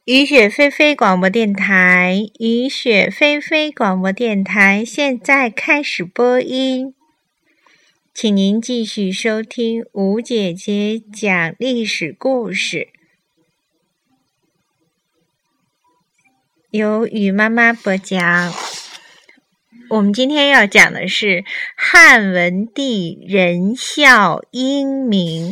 雨雪霏霏广播电台，雨雪霏霏广播电台现在开始播音，请您继续收听吴姐姐讲历史故事，由雨妈妈播讲。我们今天要讲的是汉文帝仁孝英明。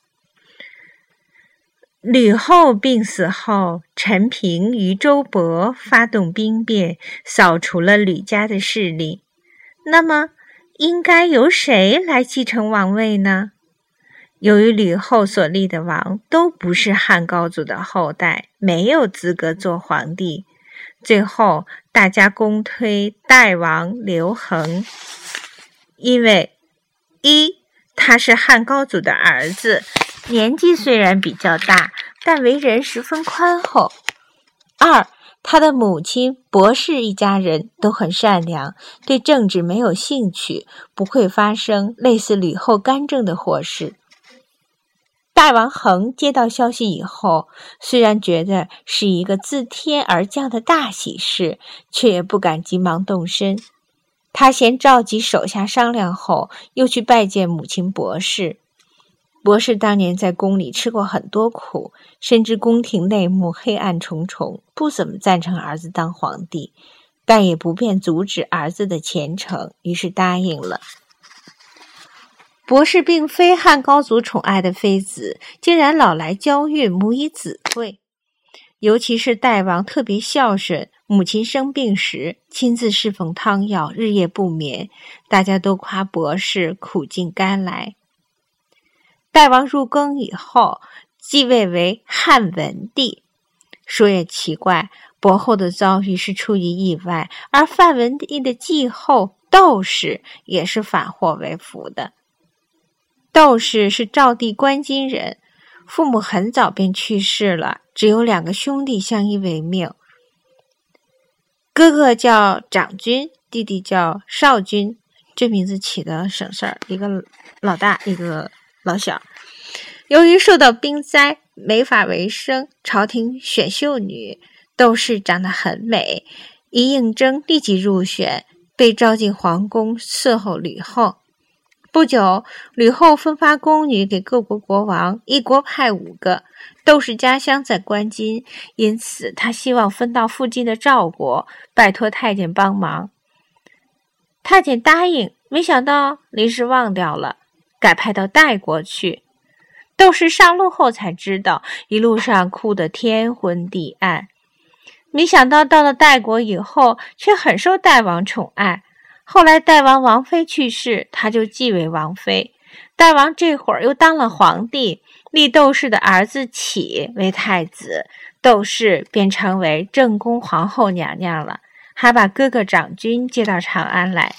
吕后病死后，陈平与周勃发动兵变，扫除了吕家的势力。那么，应该由谁来继承王位呢？由于吕后所立的王都不是汉高祖的后代，没有资格做皇帝。最后，大家公推代王刘恒，因为一，他是汉高祖的儿子，年纪虽然比较大，但为人十分宽厚。二，他的母亲博士一家人都很善良，对政治没有兴趣，不会发生类似吕后干政的祸事。代王恒接到消息以后，虽然觉得是一个自天而降的大喜事，却也不敢急忙动身。他先召集手下商量后，又去拜见母亲博士。博士当年在宫里吃过很多苦，深知宫廷内幕黑暗重重，不怎么赞成儿子当皇帝，但也不便阻止儿子的前程，于是答应了。博士并非汉高祖宠爱的妃子，竟然老来娇孕，母以子贵。尤其是代王特别孝顺，母亲生病时亲自侍奉汤药，日夜不眠，大家都夸博士苦尽甘来。代王入宫以后，继位为汉文帝。说也奇怪，博后的遭遇是出于意外，而范文帝的继后窦氏也是反祸为福的。窦氏是赵地关津人，父母很早便去世了，只有2个兄弟相依为命。哥哥叫长君，弟弟叫少君，这名字起得省事儿，一个老大，一个老小。由于受到兵灾，没法为生，朝廷选秀女，窦氏长得很美，一应征立即入选，被召进皇宫伺候吕后。不久，吕后分发宫女给各国国王，一国派5个。窦氏家乡在关津，因此他希望分到附近的赵国，拜托太监帮忙。太监答应，没想到临时忘掉了，改派到代国去。窦氏上路后才知道，一路上哭得天昏地暗。没想到到了代国以后，却很受代王宠爱。后来代王王妃去世，他就继为王妃。代王这会儿又当了皇帝，立窦氏的儿子启为太子，窦氏便成为正宫皇后娘娘了，还把哥哥长君接到长安来。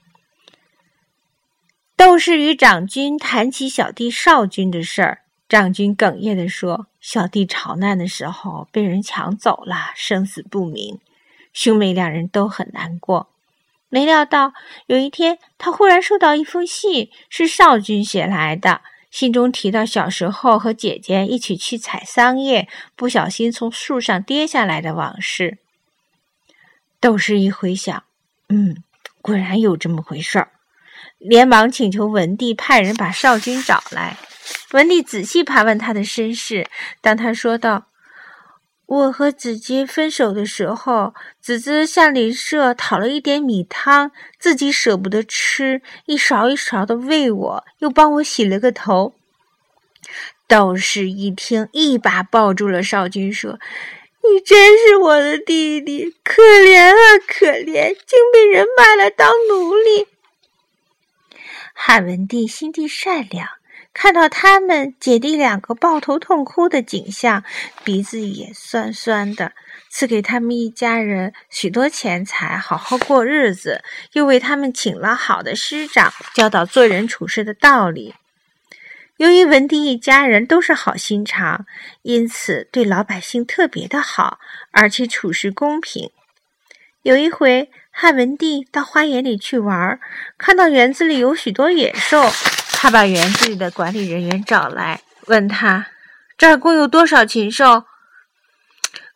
窦氏与长君谈起小弟少君的事儿，长君哽咽地说，小弟逃难的时候被人抢走了，生死不明，兄妹2人都很难过。没料到有一天，他忽然收到一封信，是少君写来的。信中提到小时候和姐姐一起去采桑叶，不小心从树上跌下来的往事。窦氏一回想，果然有这么回事儿，连忙请求文帝派人把少君找来。文帝仔细盘问他的身世，当他说道，我和子姬分手的时候，子子向邻舍讨了一点米汤，自己舍不得吃，一勺一勺的喂我，又帮我洗了个头。窦氏一听，一把抱住了少君，说，你真是我的弟弟，可怜啊可怜，竟被人卖了当奴隶。汉文帝心地善良，看到他们姐弟2个抱头痛哭的景象，鼻子也酸酸的，赐给他们一家人许多钱财，好好过日子，又为他们请了好的师长，教导做人处事的道理。由于文帝一家人都是好心肠，因此对老百姓特别的好，而且处事公平。有一回，汉文帝到花园里去玩，看到园子里有许多野兽，他把园子里的管理人员找来，问他，这儿共有多少禽兽？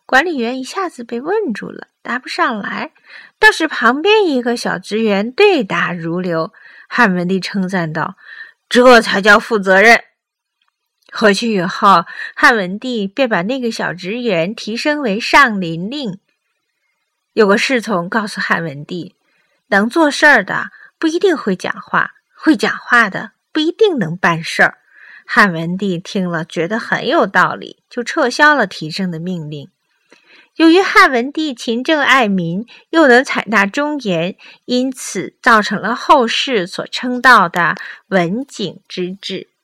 管理员一下子被问住了，答不上来，倒是旁边一个小职员对答如流。汉文帝称赞道：“这才叫负责任。”回去以后，汉文帝便把那个小职员提升为上林令。有个侍从告诉汉文帝，能做事儿的不一定会讲话，会讲话的不一定能办事儿。汉文帝听了觉得很有道理，就撤销了提升的命令。由于汉文帝勤政爱民，又能采纳忠言，因此造成了后世所称道的文景之治。